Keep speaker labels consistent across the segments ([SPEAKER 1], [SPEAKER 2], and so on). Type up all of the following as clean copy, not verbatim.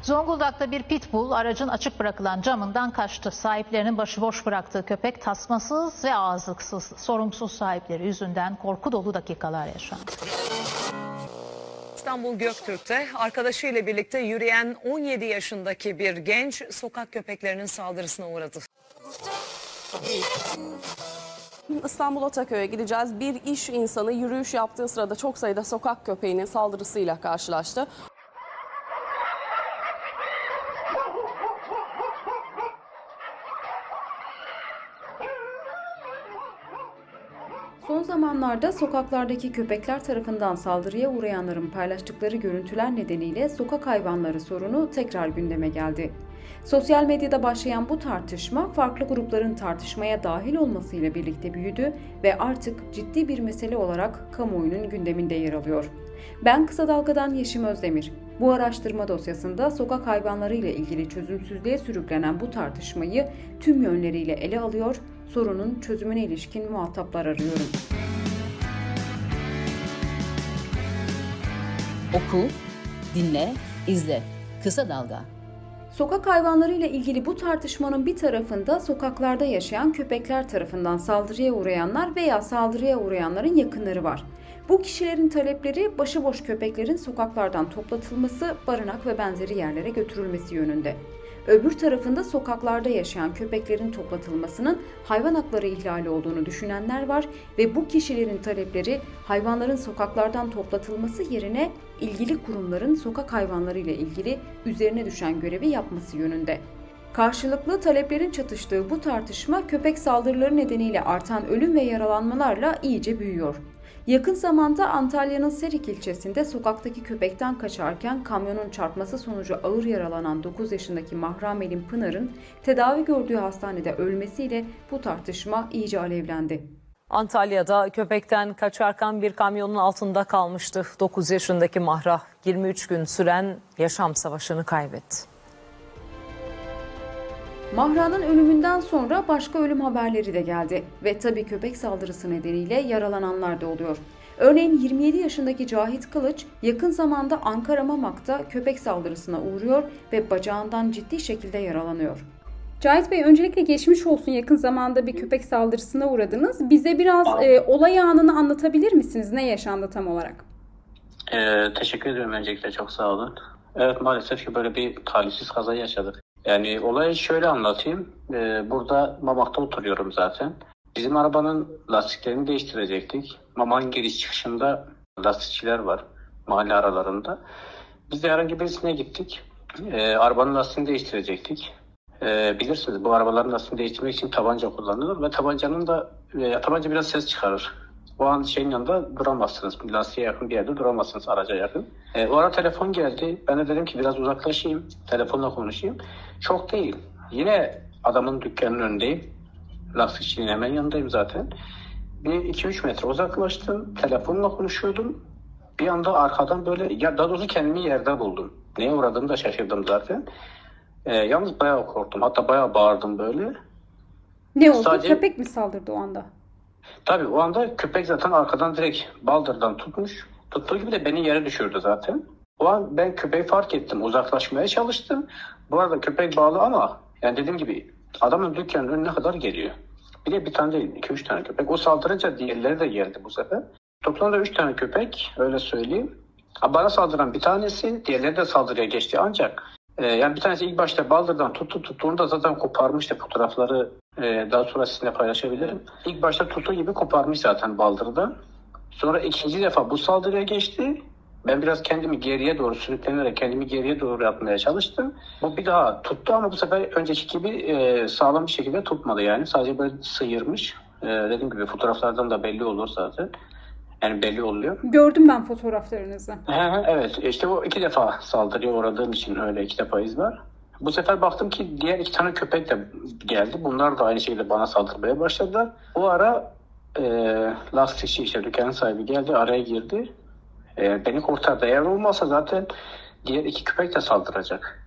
[SPEAKER 1] Zonguldak'ta bir pitbull aracın açık bırakılan camından kaçtı. Sahiplerinin başıboş bıraktığı köpek tasmasız ve ağızlıksız, sorumsuz sahipleri yüzünden korku dolu dakikalar yaşandı.
[SPEAKER 2] İstanbul Göktürk'te arkadaşıyla birlikte yürüyen 17 yaşındaki bir genç sokak köpeklerinin saldırısına uğradı.
[SPEAKER 3] İstanbul Ataköy'e gideceğiz. Bir iş insanı yürüyüş yaptığı sırada çok sayıda sokak köpeğinin saldırısıyla karşılaştı.
[SPEAKER 4] Son zamanlarda sokaklardaki köpekler tarafından saldırıya uğrayanların paylaştıkları görüntüler nedeniyle sokak hayvanları sorunu tekrar gündeme geldi. Sosyal medyada başlayan bu tartışma farklı grupların tartışmaya dahil olmasıyla birlikte büyüdü ve artık ciddi bir mesele olarak kamuoyunun gündeminde yer alıyor. Ben Kısa Dalga'dan Yeşim Özdemir. Bu araştırma dosyasında sokak hayvanları ile ilgili çözümsüzlüğe sürüklenen bu tartışmayı tüm yönleriyle ele alıyor, sorunun çözümüne ilişkin muhataplar arıyorum.
[SPEAKER 5] Oku, dinle, izle. Kısa Dalga.
[SPEAKER 4] Sokak hayvanları ile ilgili bu tartışmanın bir tarafında sokaklarda yaşayan köpekler tarafından saldırıya uğrayanlar veya saldırıya uğrayanların yakınları var. Bu kişilerin talepleri başıboş köpeklerin sokaklardan toplatılması, barınak ve benzeri yerlere götürülmesi yönünde. Öbür tarafında sokaklarda yaşayan köpeklerin toplatılmasının hayvan hakları ihlali olduğunu düşünenler var ve bu kişilerin talepleri hayvanların sokaklardan toplatılması yerine ilgili kurumların sokak hayvanları ile ilgili üzerine düşen görevi yapması yönünde. Karşılıklı taleplerin çatıştığı bu tartışma köpek saldırıları nedeniyle artan ölüm ve yaralanmalarla iyice büyüyor. Yakın zamanda Antalya'nın Serik ilçesinde sokaktaki köpekten kaçarken kamyonun çarpması sonucu ağır yaralanan 9 yaşındaki Mahram Elin Pınar'ın tedavi gördüğü hastanede ölmesiyle bu tartışma iyice alevlendi.
[SPEAKER 2] Antalya'da köpekten kaçarken bir kamyonun altında kalmıştı. 9 yaşındaki Mahra 23 gün süren yaşam savaşını kaybetti.
[SPEAKER 4] Mahra'nın ölümünden sonra başka ölüm haberleri de geldi ve tabii köpek saldırısı nedeniyle yaralananlar da oluyor. Örneğin 27 yaşındaki Cahit Kılıç yakın zamanda Ankara Mamak'ta köpek saldırısına uğruyor ve bacağından ciddi şekilde yaralanıyor.
[SPEAKER 6] Cahit Bey, öncelikle geçmiş olsun, yakın zamanda bir köpek saldırısına uğradınız. Bize biraz olay anını anlatabilir misiniz? Ne yaşandı tam olarak?
[SPEAKER 7] Teşekkür ederim öncelikle, çok sağ olun. Evet, maalesef ki böyle bir talihsiz kaza yaşadık. Yani olayı şöyle anlatayım. Burada Mamak'ta oturuyorum zaten. Bizim arabanın lastiklerini değiştirecektik. Mamak'ın giriş çıkışında lastikçiler var mahalle aralarında. Biz de herhangi birisine gittik. Arabanın lastiğini değiştirecektik. Bilirsiniz, bu arabaların lastiğini değiştirmek için tabanca kullanılır ve tabanca biraz ses çıkarır. O an şeyin yanında duramazsınız. Lastiğe yakın bir yerde duramazsınız, araca yakın. O ara telefon geldi. Ben de dedim ki biraz uzaklaşayım. Telefonla konuşayım. Çok değil. Yine adamın dükkanının önündeyim. Lastikçinin hemen yanındayım zaten. Bir 2-3 metre uzaklaştım. Telefonla konuşuyordum. Bir anda arkadan böyle, daha doğrusu kendimi yerde buldum. Neye uğradığımı da şaşırdım zaten. Yalnız bayağı korktum. Hatta bayağı bağırdım böyle.
[SPEAKER 6] Ne oldu? Sadece... Köpek mi saldırdı o anda?
[SPEAKER 7] Tabii o anda köpek zaten arkadan direkt baldırdan tutmuş. Tuttuğu gibi de beni yere düşürdü zaten. O an ben köpeği fark ettim. Uzaklaşmaya çalıştım. Bu arada köpek bağlı ama yani dediğim gibi adamın dükkanının önüne kadar geliyor. Bir tane değil, 2-3 tane köpek. O saldırınca diğerleri de geldi bu sefer. Toplamda 3 tane köpek, öyle söyleyeyim. Bana saldıran bir tanesi, diğerleri de saldırıya geçti ancak yani bir tanesi ilk başta baldırdan tuttuğunu da zaten koparmıştı. Fotoğrafları daha sonra sizinle paylaşabilirim. İlk başta tuttuğu gibi koparmış zaten baldırdan. Sonra ikinci defa bu saldırıya geçti. Ben biraz kendimi geriye doğru sürüklenerek kendimi geriye doğru yapmaya çalıştım. Bu bir daha tuttu ama bu sefer önceki gibi sağlam bir şekilde tutmadı yani. Sadece böyle sıyırmış. Dediğim gibi fotoğraflardan da belli olur zaten. Yani belli oluyor.
[SPEAKER 6] Gördüm ben fotoğraflarınızı.
[SPEAKER 7] Evet, işte o 2 defa saldırıya uğradığım için öyle 2 defa iz var. Bu sefer baktım ki diğer 2 tane köpek de geldi. Bunlar da aynı şekilde bana saldırmaya başladılar. O ara lastikçi, işte dükkanın sahibi geldi, araya girdi. Beni kurtardı. Eğer olmazsa zaten diğer 2 köpek de saldıracak.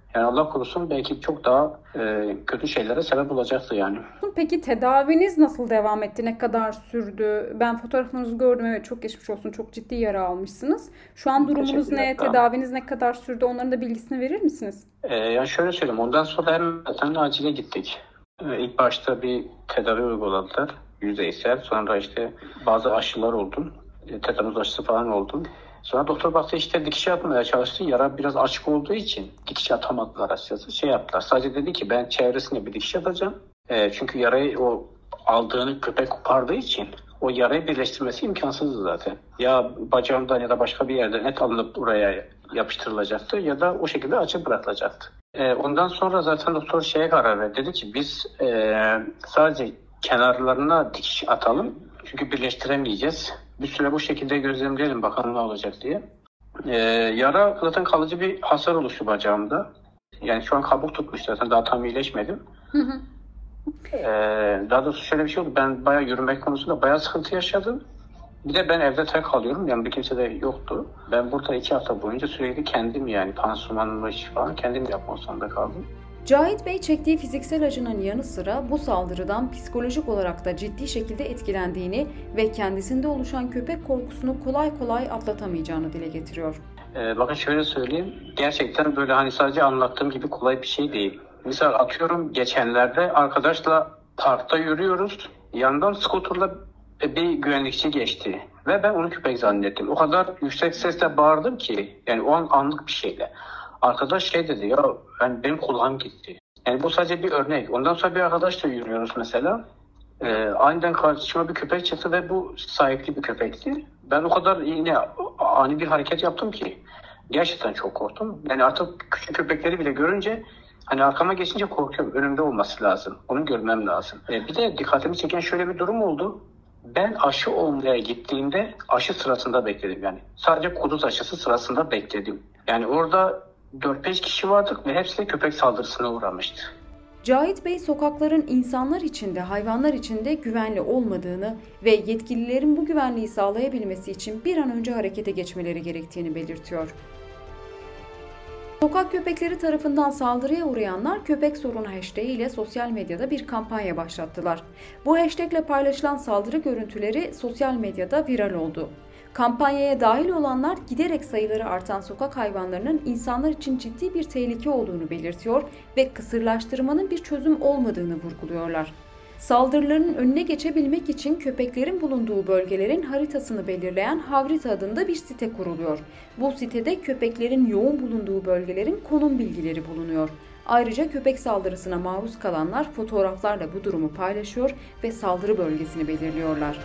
[SPEAKER 7] Yani Allah korusun belki çok daha kötü şeylere sebep olacaktı yani.
[SPEAKER 6] Peki tedaviniz nasıl devam etti? Ne kadar sürdü? Ben fotoğraflarınızı gördüm. Evet, çok geçmiş olsun. Çok ciddi yara almışsınız. Şu an durumunuz ne? Tedaviniz ne kadar sürdü? Onların da bilgisini verir misiniz?
[SPEAKER 7] Yani şöyle söyleyeyim. Ondan sonra hemen acile gittik. İlk başta bir tedavi uyguladılar. Yüzeysel. Sonra işte bazı aşılar oldu. Tetanus aşısı falan oldu. Sonra doktor baktı işte dikiş atmaya çalıştı. Yara biraz açık olduğu için dikiş atamadılar açıkçası. Şey yaptılar. Sadece dedi ki ben çevresine bir dikiş atacağım. Çünkü yarayı o aldığını köpek kopardığı için o yarayı birleştirmesi imkansızdı zaten. Ya bacağımdan ya da başka bir yerden et alınıp oraya yapıştırılacaktı ya da o şekilde açık bırakılacaktı. Ondan sonra zaten doktor şeye karar verdi. Dedi ki biz sadece kenarlarına dikiş atalım. Çünkü birleştiremeyeceğiz. Bir süre bu şekilde gözlemleyelim bakalım ne olacak diye. Yara zaten kalıcı bir hasar oluştu bacağımda. Yani şu an kabuk tutmuş zaten daha tam iyileşmedim. Daha doğrusu şöyle bir şey oldu. Ben bayağı yürümek konusunda bayağı sıkıntı yaşadım. Bir de ben evde tek kalıyorum. Yani bir kimse de yoktu. Ben burada 2 hafta boyunca sürekli kendim yani pansumanlı iş falan kendim yapmak zorunda kaldım.
[SPEAKER 4] Cahit Bey çektiği fiziksel acının yanı sıra bu saldırıdan psikolojik olarak da ciddi şekilde etkilendiğini ve kendisinde oluşan köpek korkusunu kolay kolay atlatamayacağını dile getiriyor.
[SPEAKER 7] Bakın şöyle söyleyeyim. Gerçekten böyle hani sadece anlattığım gibi kolay bir şey değil. Misal atıyorum geçenlerde arkadaşla parkta yürüyoruz. Yandan skuterla bir güvenlikçi geçti. Ve ben onu köpek zannettim. O kadar yüksek sesle bağırdım ki yani o an anlık bir şeyle. Arkadaş şey dedi ya benim kulağım gitti. Yani bu sadece bir örnek. Ondan sonra bir arkadaşla yürüyoruz mesela. Aniden karşıma bir köpek çıktı ve bu sahipli bir köpekti. Ben o kadar yine ani bir hareket yaptım ki gerçekten çok korktum. Yani artık küçük köpekleri bile görünce hani arkama geçince korkuyorum. Önümde olması lazım. Onu görmem lazım. Bir de dikkatimi çeken şöyle bir durum oldu. Ben aşı olmaya gittiğimde aşı sırasında bekledim yani. Sadece kuduz aşısı sırasında bekledim. Yani orada 4-5 kişi vardık ve hepsi de köpek saldırısına uğramıştı.
[SPEAKER 4] Cahit Bey sokakların insanlar için de hayvanlar için de güvenli olmadığını ve yetkililerin bu güvenliği sağlayabilmesi için bir an önce harekete geçmeleri gerektiğini belirtiyor. Sokak köpekleri tarafından saldırıya uğrayanlar köpek sorunu hashtag ile sosyal medyada bir kampanya başlattılar. Bu hashtag ile paylaşılan saldırı görüntüleri sosyal medyada viral oldu. Kampanyaya dahil olanlar giderek sayıları artan sokak hayvanlarının insanlar için ciddi bir tehlike olduğunu belirtiyor ve kısırlaştırmanın bir çözüm olmadığını vurguluyorlar. Saldırıların önüne geçebilmek için köpeklerin bulunduğu bölgelerin haritasını belirleyen Havrita adında bir site kuruluyor. Bu sitede köpeklerin yoğun bulunduğu bölgelerin konum bilgileri bulunuyor. Ayrıca köpek saldırısına maruz kalanlar fotoğraflarla bu durumu paylaşıyor ve saldırı bölgesini belirliyorlar.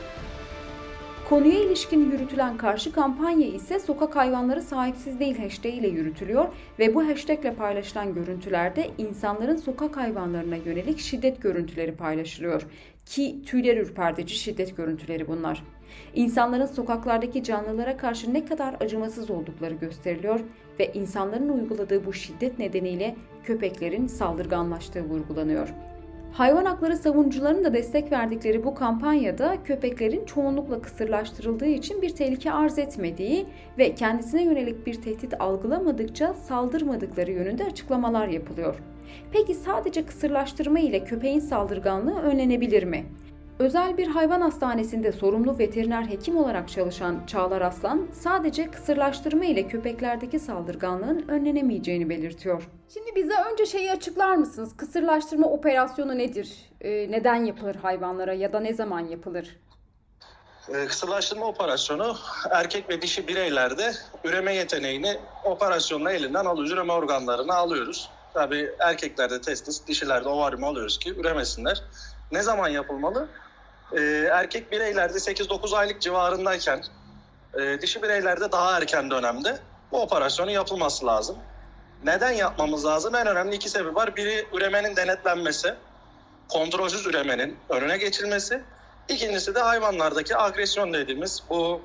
[SPEAKER 4] Konuya ilişkin yürütülen karşı kampanya ise sokak hayvanları sahipsiz değil hashtag ile yürütülüyor ve bu hashtag ile paylaşılan görüntülerde insanların sokak hayvanlarına yönelik şiddet görüntüleri paylaşılıyor. Ki tüyler ürpertici şiddet görüntüleri bunlar. İnsanların sokaklardaki canlılara karşı ne kadar acımasız oldukları gösteriliyor ve insanların uyguladığı bu şiddet nedeniyle köpeklerin saldırganlaştığı vurgulanıyor. Hayvan hakları savunucularının da destek verdikleri bu kampanyada köpeklerin çoğunlukla kısırlaştırıldığı için bir tehlike arz etmediği ve kendisine yönelik bir tehdit algılamadıkça saldırmadıkları yönünde açıklamalar yapılıyor. Peki sadece kısırlaştırma ile köpeğin saldırganlığı önlenebilir mi? Özel bir hayvan hastanesinde sorumlu veteriner hekim olarak çalışan Çağlar Aslan, sadece kısırlaştırma ile köpeklerdeki saldırganlığın önlenemeyeceğini belirtiyor.
[SPEAKER 6] Şimdi bize önce şeyi açıklar mısınız? Kısırlaştırma operasyonu nedir? Neden yapılır hayvanlara ya da ne zaman yapılır?
[SPEAKER 8] Kısırlaştırma operasyonu erkek ve dişi bireylerde üreme yeteneğini operasyonla elinden alıyoruz. Üreme organlarını alıyoruz. Tabii erkeklerde testis, dişilerde ovaryum alıyoruz ki üremesinler. Ne zaman yapılmalı? Erkek bireylerde 8-9 aylık civarındayken, dişi bireylerde daha erken dönemde bu operasyonun yapılması lazım. Neden yapmamız lazım? En önemli 2 sebep var. Biri üremenin denetlenmesi, kontrolsüz üremenin önüne geçilmesi. İkincisi de hayvanlardaki agresyon dediğimiz bu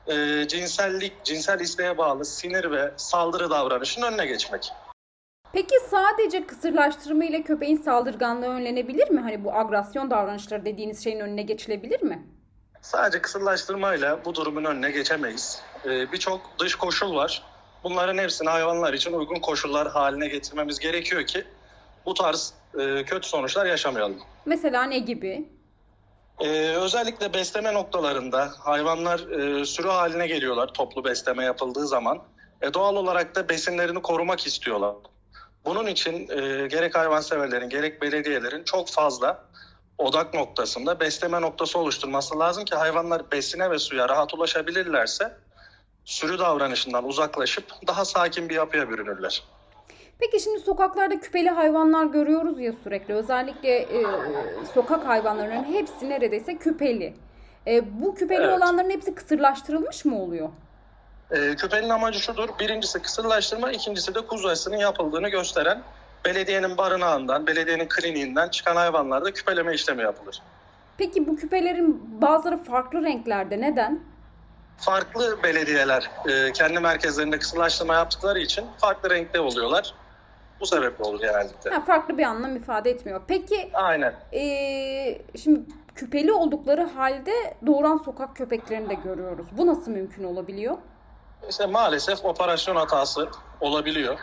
[SPEAKER 8] cinsel isteğe bağlı sinir ve saldırı davranışının önüne geçmek.
[SPEAKER 6] Peki sadece kısırlaştırma ile köpeğin saldırganlığı önlenebilir mi? Hani bu agresyon davranışları dediğiniz şeyin önüne geçilebilir mi?
[SPEAKER 8] Sadece kısırlaştırmayla bu durumun önüne geçemeyiz. Birçok dış koşul var. Bunların hepsini hayvanlar için uygun koşullar haline getirmemiz gerekiyor ki bu tarz kötü sonuçlar yaşamayalım.
[SPEAKER 6] Mesela ne gibi?
[SPEAKER 8] Özellikle besleme noktalarında hayvanlar sürü haline geliyorlar toplu besleme yapıldığı zaman. Doğal olarak da besinlerini korumak istiyorlar. Bunun için gerek hayvanseverlerin gerek belediyelerin çok fazla odak noktasında besleme noktası oluşturması lazım ki hayvanlar besine ve suya rahat ulaşabilirlerse sürü davranışından uzaklaşıp daha sakin bir yapıya bürünürler.
[SPEAKER 6] Peki şimdi sokaklarda küpeli hayvanlar görüyoruz ya sürekli. Özellikle sokak hayvanlarının hepsi neredeyse küpeli. Bu küpeli
[SPEAKER 8] Evet.
[SPEAKER 6] olanların hepsi kısırlaştırılmış mı oluyor?
[SPEAKER 8] Küpenin amacı şudur. Birincisi kısırlaştırma, ikincisi de kuzu aşısının yapıldığını gösteren belediyenin barınağından, belediyenin kliniğinden çıkan hayvanlarda küpeleme işlemi yapılır.
[SPEAKER 6] Peki bu küpelerin bazıları farklı renklerde. Neden?
[SPEAKER 8] Farklı belediyeler kendi merkezlerinde kısırlaştırma yaptıkları için farklı renkte oluyorlar. Bu sebeple olur genellikle.
[SPEAKER 6] Farklı bir anlam ifade etmiyor. Peki
[SPEAKER 8] Aynen.
[SPEAKER 6] şimdi küpeli oldukları halde doğuran sokak köpeklerini de görüyoruz. Bu nasıl mümkün olabiliyor?
[SPEAKER 8] İşte maalesef operasyon hatası olabiliyor.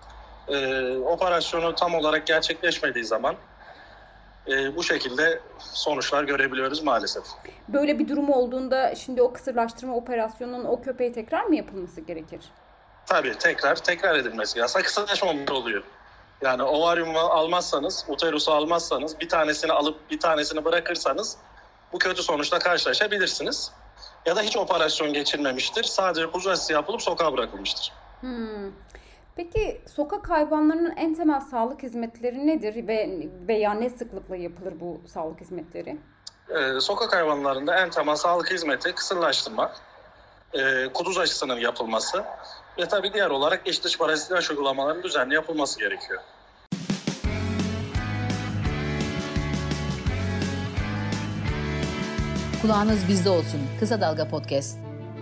[SPEAKER 8] Operasyonu tam olarak gerçekleşmediği zaman bu şekilde sonuçlar görebiliyoruz maalesef.
[SPEAKER 6] Böyle bir durum olduğunda şimdi o kısırlaştırma operasyonunun o köpeğe tekrar mı yapılması gerekir?
[SPEAKER 8] Tabii tekrar edilmesi yasak, kısırlaşmamış oluyor. Yani ovaryumu almazsanız, uterusu almazsanız, bir tanesini alıp bir tanesini bırakırsanız bu kötü sonuçla karşılaşabilirsiniz. Ya da hiç operasyon geçirmemiştir. Sadece kuzu aşısı yapılıp sokağa bırakılmıştır.
[SPEAKER 6] Peki sokak hayvanlarının en temel sağlık hizmetleri nedir veya ne sıklıkla yapılır bu sağlık hizmetleri?
[SPEAKER 8] Sokak hayvanlarında en temel sağlık hizmeti kısırlaştırma, kuduz aşısının yapılması ve tabii diğer olarak iç dış parazit aşı uygulamalarının düzenli yapılması gerekiyor.
[SPEAKER 5] Kulağınız bizde olsun. Kısa Dalga Podcast.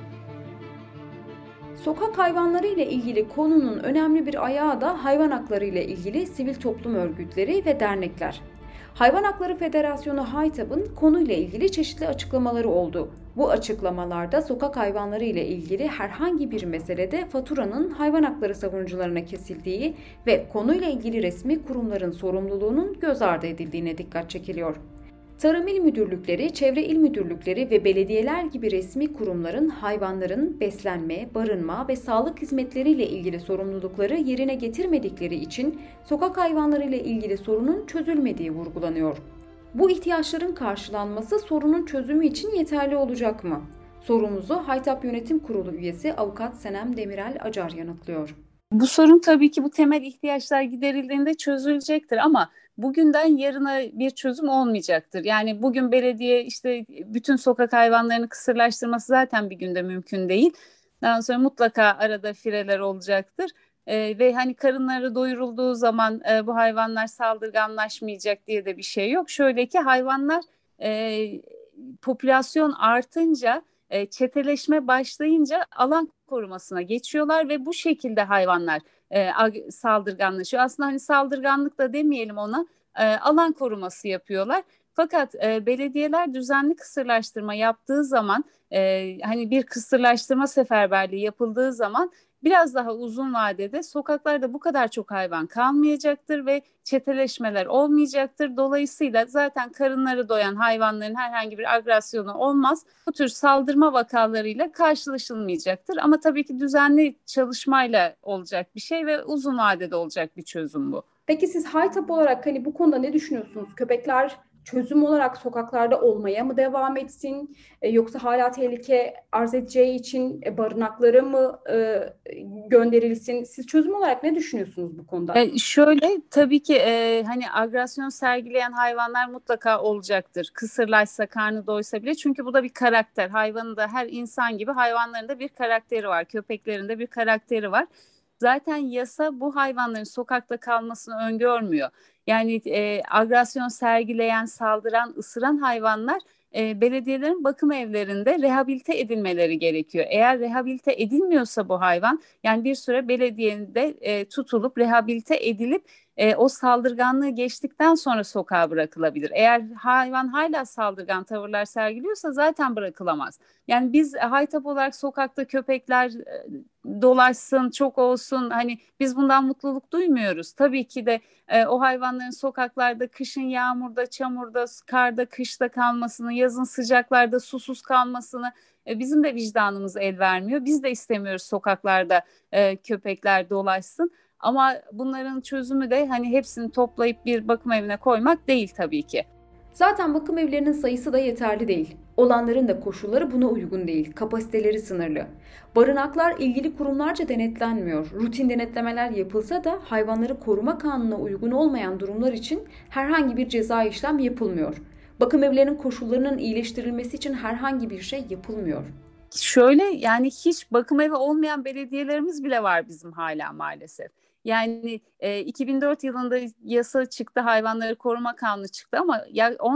[SPEAKER 4] Sokak hayvanları ile ilgili konunun önemli bir ayağı da hayvan hakları ile ilgili sivil toplum örgütleri ve dernekler. Hayvan Hakları Federasyonu Haytab'ın konuyla ilgili çeşitli açıklamaları oldu. Bu açıklamalarda sokak hayvanları ile ilgili herhangi bir meselede faturanın hayvan hakları savunucularına kesildiği ve konuyla ilgili resmi kurumların sorumluluğunun göz ardı edildiğine dikkat çekiliyor. Tarım İl Müdürlükleri, Çevre İl Müdürlükleri ve belediyeler gibi resmi kurumların hayvanların beslenme, barınma ve sağlık hizmetleriyle ilgili sorumlulukları yerine getirmedikleri için sokak hayvanları ile ilgili sorunun çözülmediği vurgulanıyor. Bu ihtiyaçların karşılanması sorunun çözümü için yeterli olacak mı? Sorumuzu Haytap Yönetim Kurulu üyesi Avukat Senem Demirel Acar yanıtlıyor.
[SPEAKER 9] Bu sorun tabii ki bu temel ihtiyaçlar giderildiğinde çözülecektir ama bugünden yarına bir çözüm olmayacaktır. Yani bugün belediye işte bütün sokak hayvanlarını kısırlaştırması zaten bir günde mümkün değil. Daha sonra mutlaka arada fireler olacaktır. Ve hani karınları doyurulduğu zaman bu hayvanlar saldırganlaşmayacak diye de bir şey yok. Şöyle ki hayvanlar popülasyon artınca çeteleşme başlayınca alan korumasına geçiyorlar ve bu şekilde hayvanlar saldırganlaşıyor. Aslında hani saldırganlık da demeyelim ona, alan koruması yapıyorlar. Fakat belediyeler düzenli kısırlaştırma yaptığı zaman hani bir kısırlaştırma seferberliği yapıldığı zaman biraz daha uzun vadede sokaklarda bu kadar çok hayvan kalmayacaktır ve çeteleşmeler olmayacaktır. Dolayısıyla zaten karınları doyan hayvanların herhangi bir agresyonu olmaz. Bu tür saldırma vakalarıyla karşılaşılmayacaktır. Ama tabii ki düzenli çalışmayla olacak bir şey ve uzun vadede olacak bir çözüm bu.
[SPEAKER 6] Peki siz Haytap olarak hani bu konuda ne düşünüyorsunuz? Köpekler çözüm olarak sokaklarda olmaya mı devam etsin? Yoksa hala tehlike arz edeceği için barınaklara mı gönderilsin? Siz çözüm olarak ne düşünüyorsunuz bu konuda?
[SPEAKER 9] Şöyle tabii ki hani agresyon sergileyen hayvanlar mutlaka olacaktır. Kısırlaşsa, karnı doysa bile. Çünkü bu da bir karakter. Hayvanın da her insan gibi hayvanların da bir karakteri var. Köpeklerin de bir karakteri var. Zaten yasa bu hayvanların sokakta kalmasını öngörmüyor. Yani agresyon sergileyen, saldıran, ısıran hayvanlar belediyelerin bakım evlerinde rehabilite edilmeleri gerekiyor. Eğer rehabilite edilmiyorsa bu hayvan, yani bir süre belediyede tutulup rehabilite edilip o saldırganlığı geçtikten sonra sokağa bırakılabilir. Eğer hayvan hala saldırgan tavırlar sergiliyorsa zaten bırakılamaz. Yani biz haytap olarak sokakta köpekler dolaşsın, çok olsun, hani biz bundan mutluluk duymuyoruz. Tabii ki de o hayvanların sokaklarda kışın yağmurda, çamurda, karda, kışta kalmasını, yazın sıcaklarda susuz kalmasını bizim de vicdanımız el vermiyor. Biz de istemiyoruz sokaklarda köpekler dolaşsın. Ama bunların çözümü de hani hepsini toplayıp bir bakım evine koymak değil tabii ki.
[SPEAKER 4] Zaten bakım evlerinin sayısı da yeterli değil. Olanların da koşulları buna uygun değil. Kapasiteleri sınırlı. Barınaklar ilgili kurumlarca denetlenmiyor. Rutin denetlemeler yapılsa da hayvanları koruma kanununa uygun olmayan durumlar için herhangi bir ceza işlem yapılmıyor. Bakım evlerinin koşullarının iyileştirilmesi için herhangi bir şey yapılmıyor.
[SPEAKER 9] Şöyle, yani hiç bakım evi olmayan belediyelerimiz bile var bizim hala maalesef. Yani 2004 yılında yasa çıktı, hayvanları koruma kanunu çıktı ama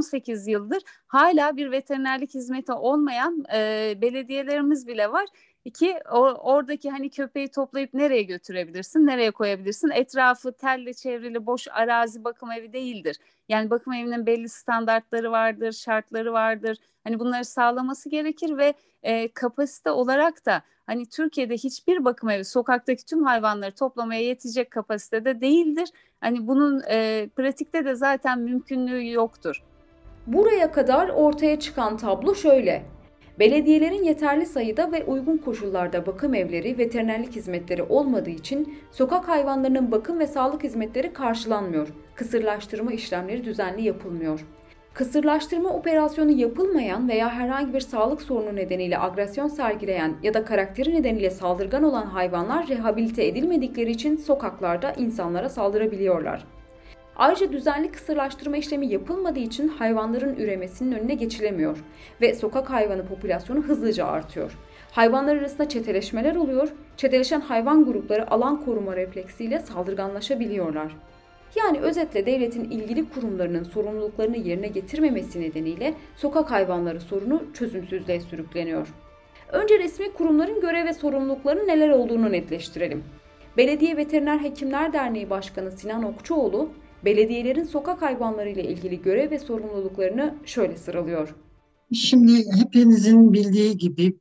[SPEAKER 9] 18 yıldır hala bir veterinerlik hizmeti olmayan belediyelerimiz bile var ki oradaki hani köpeği toplayıp nereye götürebilirsin, nereye koyabilirsin? Etrafı telle çevrili boş arazi bakım evi değildir. Yani bakım evinin belli standartları vardır, şartları vardır. Hani bunları sağlaması gerekir ve kapasite olarak da hani Türkiye'de hiçbir bakım evi sokaktaki tüm hayvanları toplamaya yetecek kapasitede değildir. Hani bunun pratikte de zaten mümkünlüğü yoktur.
[SPEAKER 4] Buraya kadar ortaya çıkan tablo şöyle. Belediyelerin yeterli sayıda ve uygun koşullarda bakım evleri, veterinerlik hizmetleri olmadığı için sokak hayvanlarının bakım ve sağlık hizmetleri karşılanmıyor. Kısırlaştırma işlemleri düzenli yapılmıyor. Kısırlaştırma operasyonu yapılmayan veya herhangi bir sağlık sorunu nedeniyle agresyon sergileyen ya da karakteri nedeniyle saldırgan olan hayvanlar rehabilite edilmedikleri için sokaklarda insanlara saldırabiliyorlar. Ayrıca düzenli kısırlaştırma işlemi yapılmadığı için hayvanların üremesinin önüne geçilemiyor ve sokak hayvanı popülasyonu hızlıca artıyor. Hayvanlar arasında çeteleşmeler oluyor, çeteleşen hayvan grupları alan koruma refleksiyle saldırganlaşabiliyorlar. Yani özetle devletin ilgili kurumlarının sorumluluklarını yerine getirmemesi nedeniyle sokak hayvanları sorunu çözümsüzlüğe sürükleniyor. Önce resmi kurumların görev ve sorumlulukları neler olduğunu netleştirelim. Belediye Veteriner Hekimler Derneği Başkanı Sinan Okçuoğlu, belediyelerin sokak hayvanları ile ilgili görev ve sorumluluklarını şöyle sıralıyor.
[SPEAKER 10] Şimdi hepinizin bildiği gibi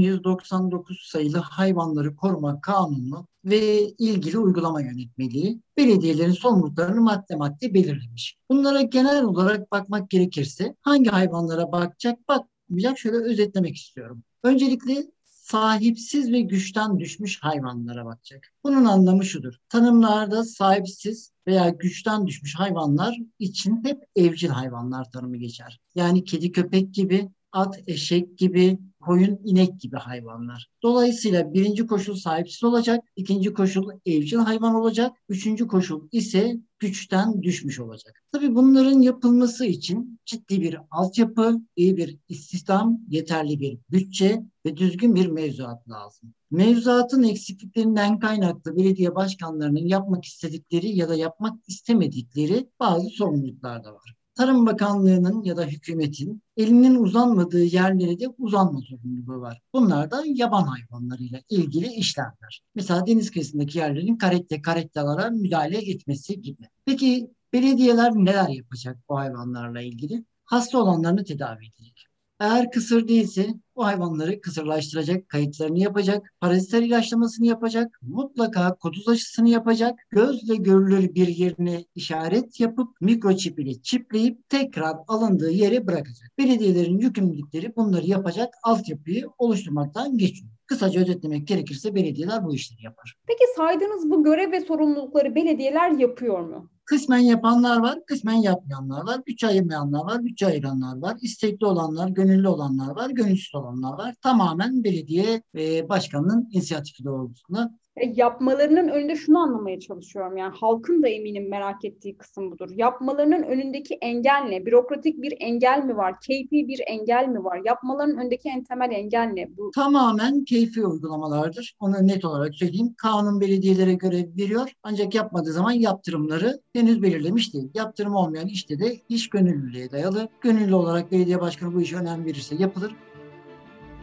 [SPEAKER 10] 5199 sayılı Hayvanları Koruma Kanunu ve ilgili uygulama yönetmeliği belediyelerin sorumluluklarını madde madde belirlemiş. Bunlara genel olarak bakmak gerekirse hangi hayvanlara bakmayacak şöyle özetlemek istiyorum. Öncelikle sahipsiz ve güçten düşmüş hayvanlara bakacak. Bunun anlamı şudur. Tanımlarda sahipsiz veya güçten düşmüş hayvanlar için hep evcil hayvanlar tanımı geçer. Yani kedi, köpek gibi, at, eşek gibi, koyun, inek gibi hayvanlar. Dolayısıyla birinci koşul sahipsiz olacak, ikinci koşul evcil hayvan olacak, üçüncü koşul ise güçten düşmüş olacak. Tabii bunların yapılması için ciddi bir altyapı, iyi bir istihdam, yeterli bir bütçe ve düzgün bir mevzuat lazım. Mevzuatın eksikliklerinden kaynaklı belediye başkanlarının yapmak istedikleri ya da yapmak istemedikleri bazı sorumluluklar da var. Tarım Bakanlığı'nın ya da hükümetin elinin uzanmadığı yerlere de uzanma zorunluluğu var. Bunlar da yaban hayvanlarıyla ilgili işlemler. Mesela deniz kıyısındaki yerlerin karettalara müdahale etmesi gibi. Peki belediyeler neler yapacak bu hayvanlarla ilgili? Hasta olanlarını tedavi edecek. Eğer kısır değilse bu hayvanları kısırlaştıracak, kayıtlarını yapacak, parazitler ilaçlamasını yapacak, mutlaka kuduz aşısını yapacak, gözle görülür bir yerine işaret yapıp mikroçip ile çipleyip tekrar alındığı yere bırakacak. Belediyelerin yükümlülükleri bunları yapacak altyapıyı oluşturmaktan geçiyor. Kısaca özetlemek gerekirse belediyeler bu işleri yapar.
[SPEAKER 6] Peki saydığınız bu görev ve sorumlulukları belediyeler yapıyor mu?
[SPEAKER 10] Kısmen yapanlar var, kısmen yapmayanlar var, bütçe ayırmayanlar var, bütçe ayıranlar var, istekli olanlar, gönüllü olanlar var, gönülsüz olanlar var. Tamamen belediye başkanının inisiyatifi doğrultusunda.
[SPEAKER 6] Yapmalarının önünde şunu anlamaya çalışıyorum. Yani halkın da eminim merak ettiği kısım budur. Yapmalarının önündeki engel ne? Bürokratik bir engel mi var? Keyfi bir engel mi var? Yapmalarının önündeki en temel engel ne? Bu
[SPEAKER 10] tamamen keyfi uygulamalardır. Onu net olarak söyleyeyim. Kanun belediyelere görev veriyor. Ancak yapmadığı zaman yaptırımları henüz belirlemiş değil. Yaptırım olmayan işte de iş gönüllülüğe dayalı. Gönüllü olarak belediye başkanı bu işe önem verirse yapılır.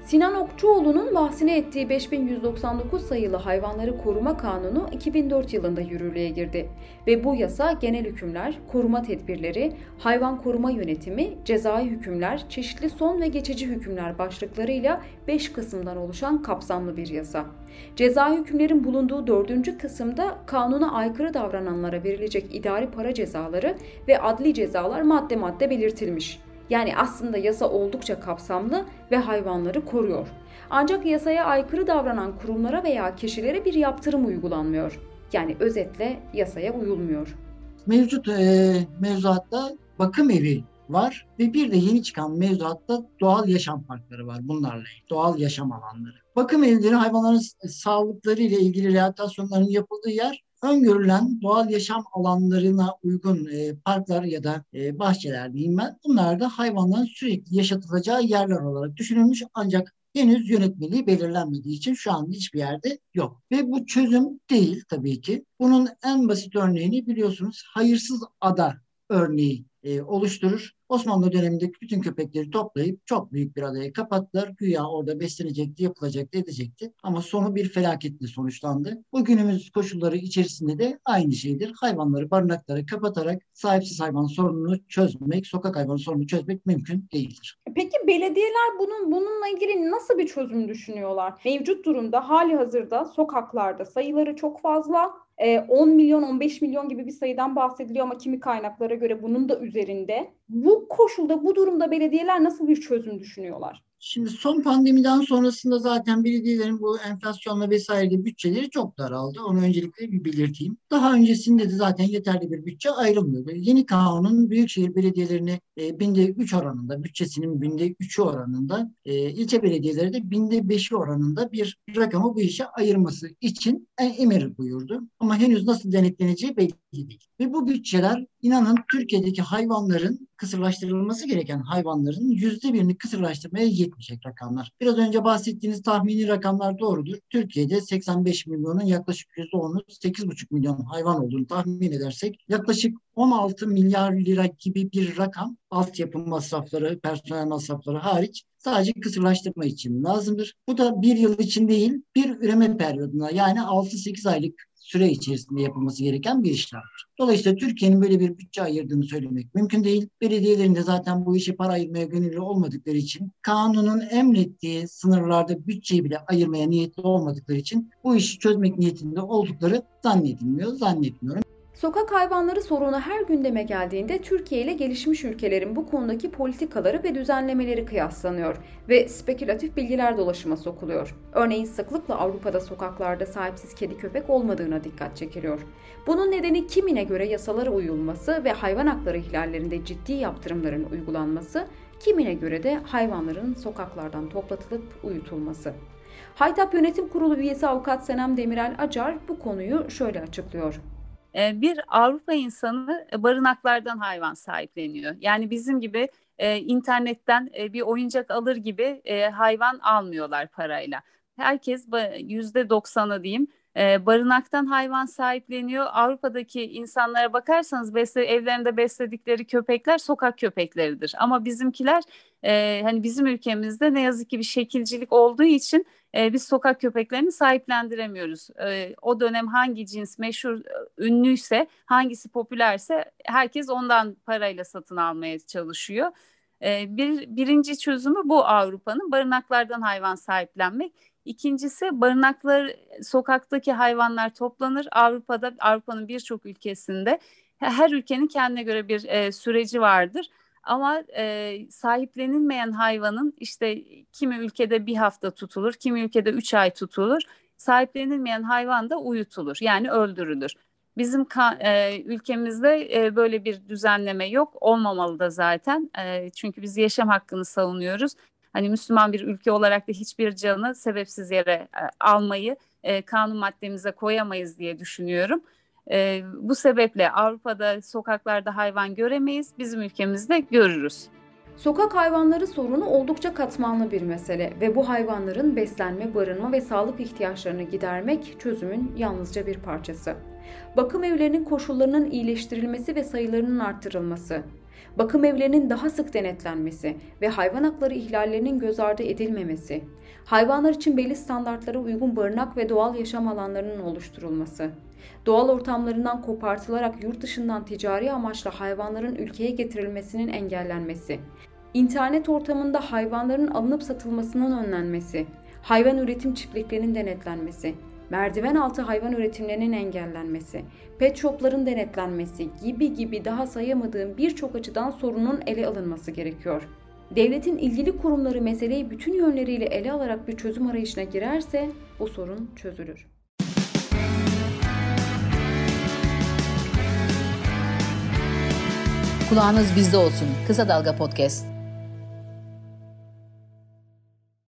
[SPEAKER 4] Sinan Okçuoğlu'nun bahsini ettiği 5199 sayılı Hayvanları Koruma Kanunu 2004 yılında yürürlüğe girdi ve bu yasa genel hükümler, koruma tedbirleri, hayvan koruma yönetimi, cezai hükümler, çeşitli son ve geçici hükümler başlıklarıyla 5 kısımdan oluşan kapsamlı bir yasa. Cezai hükümlerin bulunduğu 4. kısımda kanuna aykırı davrananlara verilecek idari para cezaları ve adli cezalar madde madde belirtilmiş. Yani aslında yasa oldukça kapsamlı ve hayvanları koruyor. Ancak yasaya aykırı davranan kurumlara veya kişilere bir yaptırım uygulanmıyor. Yani özetle yasaya uyulmuyor.
[SPEAKER 10] Mevcut mevzuatta bakım evi var ve bir de yeni çıkan mevzuatta doğal yaşam parkları var bunlarla ilgili. Doğal yaşam alanları. Bakım evleri hayvanların sağlıkları ile ilgili rehabilitasyonların yapıldığı yer. Öngörülen doğal yaşam alanlarına uygun parklar ya da bahçeler diyeyim ben. Bunlar da hayvanların sürekli yaşatılacağı yerler olarak düşünülmüş ancak henüz yönetmeliği belirlenmediği için şu an hiçbir yerde yok. Ve bu çözüm değil tabii ki. Bunun en basit örneğini biliyorsunuz hayırsız ada örneği oluşturur. Osmanlı dönemindeki bütün köpekleri toplayıp çok büyük bir adaya kapattılar. Güya orada beslenecekti, yapılacaktı, edecekti. Ama sonu bir felaketle sonuçlandı. Bugünümüz koşulları içerisinde de aynı şeydir. Hayvanları barınaklara kapatarak sahipsiz hayvan sorununu çözmek, sokak hayvanı sorununu çözmek mümkün değildir.
[SPEAKER 6] Peki belediyeler bununla ilgili nasıl bir çözüm düşünüyorlar? Mevcut durumda hali hazırda sokaklarda sayıları çok fazla. 10 milyon, 15 milyon gibi bir sayıdan bahsediliyor ama kimi kaynaklara göre bunun da üzerinde. Bu koşulda, bu durumda belediyeler nasıl bir çözüm düşünüyorlar?
[SPEAKER 10] Şimdi son pandemiden sonrasında zaten belediyelerin bu enflasyonla vesaire bütçeleri çok daraldı. Onu öncelikle bir belirteyim. Daha öncesinde de zaten yeterli bir bütçe ayrılmıyordu. Yeni kanun büyükşehir belediyelerine binde 3 oranında, bütçesinin binde 3'ü oranında, ilçe belediyeleri de binde 5'i oranında bir rakamı bu işe ayırması için emir buyurdu. Ama henüz nasıl denetleneceği belli değil. Ve bu bütçeler inanın Türkiye'deki hayvanların, kısırlaştırılması gereken hayvanların %1'ini kısırlaştırmaya yetmeyecek rakamlar. Biraz önce bahsettiğiniz tahmini rakamlar doğrudur. Türkiye'de 85 milyonun yaklaşık %10'u 8,5 milyon hayvan olduğunu tahmin edersek yaklaşık 16 milyar lira gibi bir rakam altyapı masrafları, personel masrafları hariç sadece kısırlaştırma için lazımdır. Bu da bir yıl için değil, bir üreme periyoduna yani 6-8 aylık süre içerisinde yapılması gereken bir işlemdir. Dolayısıyla Türkiye'nin böyle bir bütçe ayırdığını söylemek mümkün değil. Belediyelerin de zaten bu işe para ayırmaya gönüllü olmadıkları için, kanunun emrettiği sınırlarda bütçeyi bile ayırmaya niyetli olmadıkları için bu işi çözmek niyetinde oldukları zannetmiyorum.
[SPEAKER 4] Sokak hayvanları sorunu her gündeme geldiğinde Türkiye ile gelişmiş ülkelerin bu konudaki politikaları ve düzenlemeleri kıyaslanıyor ve spekülatif bilgiler dolaşıma sokuluyor. Örneğin sıklıkla Avrupa'da sokaklarda sahipsiz kedi köpek olmadığına dikkat çekiliyor. Bunun nedeni kimine göre yasalara uyulması ve hayvan hakları ihlallerinde ciddi yaptırımların uygulanması, kimine göre de hayvanların sokaklardan toplatılıp uyutulması. Haytap Yönetim Kurulu üyesi avukat Senem Demirel Acar bu konuyu şöyle açıklıyor.
[SPEAKER 9] Bir Avrupa insanı barınaklardan hayvan sahipleniyor. Yani bizim gibi internetten bir oyuncak alır gibi hayvan almıyorlar parayla. Herkes %90'ı diyeyim barınaktan hayvan sahipleniyor. Avrupa'daki insanlara bakarsanız evlerinde besledikleri köpekler sokak köpekleridir. Ama bizimkiler hani bizim ülkemizde ne yazık ki bir şekilcilik olduğu için biz sokak köpeklerini sahiplendiremiyoruz. O dönem hangi cins meşhur, ünlüyse, hangisi popülerse herkes ondan parayla satın almaya çalışıyor. Birinci çözümü bu Avrupa'nın barınaklardan hayvan sahiplenmek. İkincisi sokaktaki hayvanlar toplanır. Avrupa'nın birçok ülkesinde her ülkenin kendine göre bir süreci vardır. Ama sahiplenilmeyen hayvanın işte kimi ülkede bir hafta tutulur, kimi ülkede 3 ay tutulur. Sahiplenilmeyen hayvan da uyutulur yani öldürülür. Bizim ülkemizde böyle bir düzenleme yok, olmamalı da zaten. Çünkü biz yaşam hakkını savunuyoruz. Hani Müslüman bir ülke olarak da hiçbir canı sebepsiz yere almayı kanun maddemize koyamayız diye düşünüyorum. Bu sebeple Avrupa'da sokaklarda hayvan göremeyiz, bizim ülkemizde görürüz.
[SPEAKER 4] Sokak hayvanları sorunu oldukça katmanlı bir mesele ve bu hayvanların beslenme, barınma ve sağlık ihtiyaçlarını gidermek çözümün yalnızca bir parçası. Bakım evlerinin koşullarının iyileştirilmesi ve sayılarının arttırılması, bakım evlerinin daha sık denetlenmesi ve hayvan hakları ihlallerinin göz ardı edilmemesi, hayvanlar için belli standartlara uygun barınak ve doğal yaşam alanlarının oluşturulması, doğal ortamlarından kopartılarak yurt dışından ticari amaçla hayvanların ülkeye getirilmesinin engellenmesi, İnternet ortamında hayvanların alınıp satılmasının önlenmesi, hayvan üretim çiftliklerinin denetlenmesi, merdiven altı hayvan üretimlerinin engellenmesi, pet shopların denetlenmesi gibi daha sayamadığım birçok açıdan sorunun ele alınması gerekiyor. Devletin ilgili kurumları meseleyi bütün yönleriyle ele alarak bir çözüm arayışına girerse bu sorun çözülür.
[SPEAKER 5] Kulağınız bizde olsun. Kısa Dalga Podcast.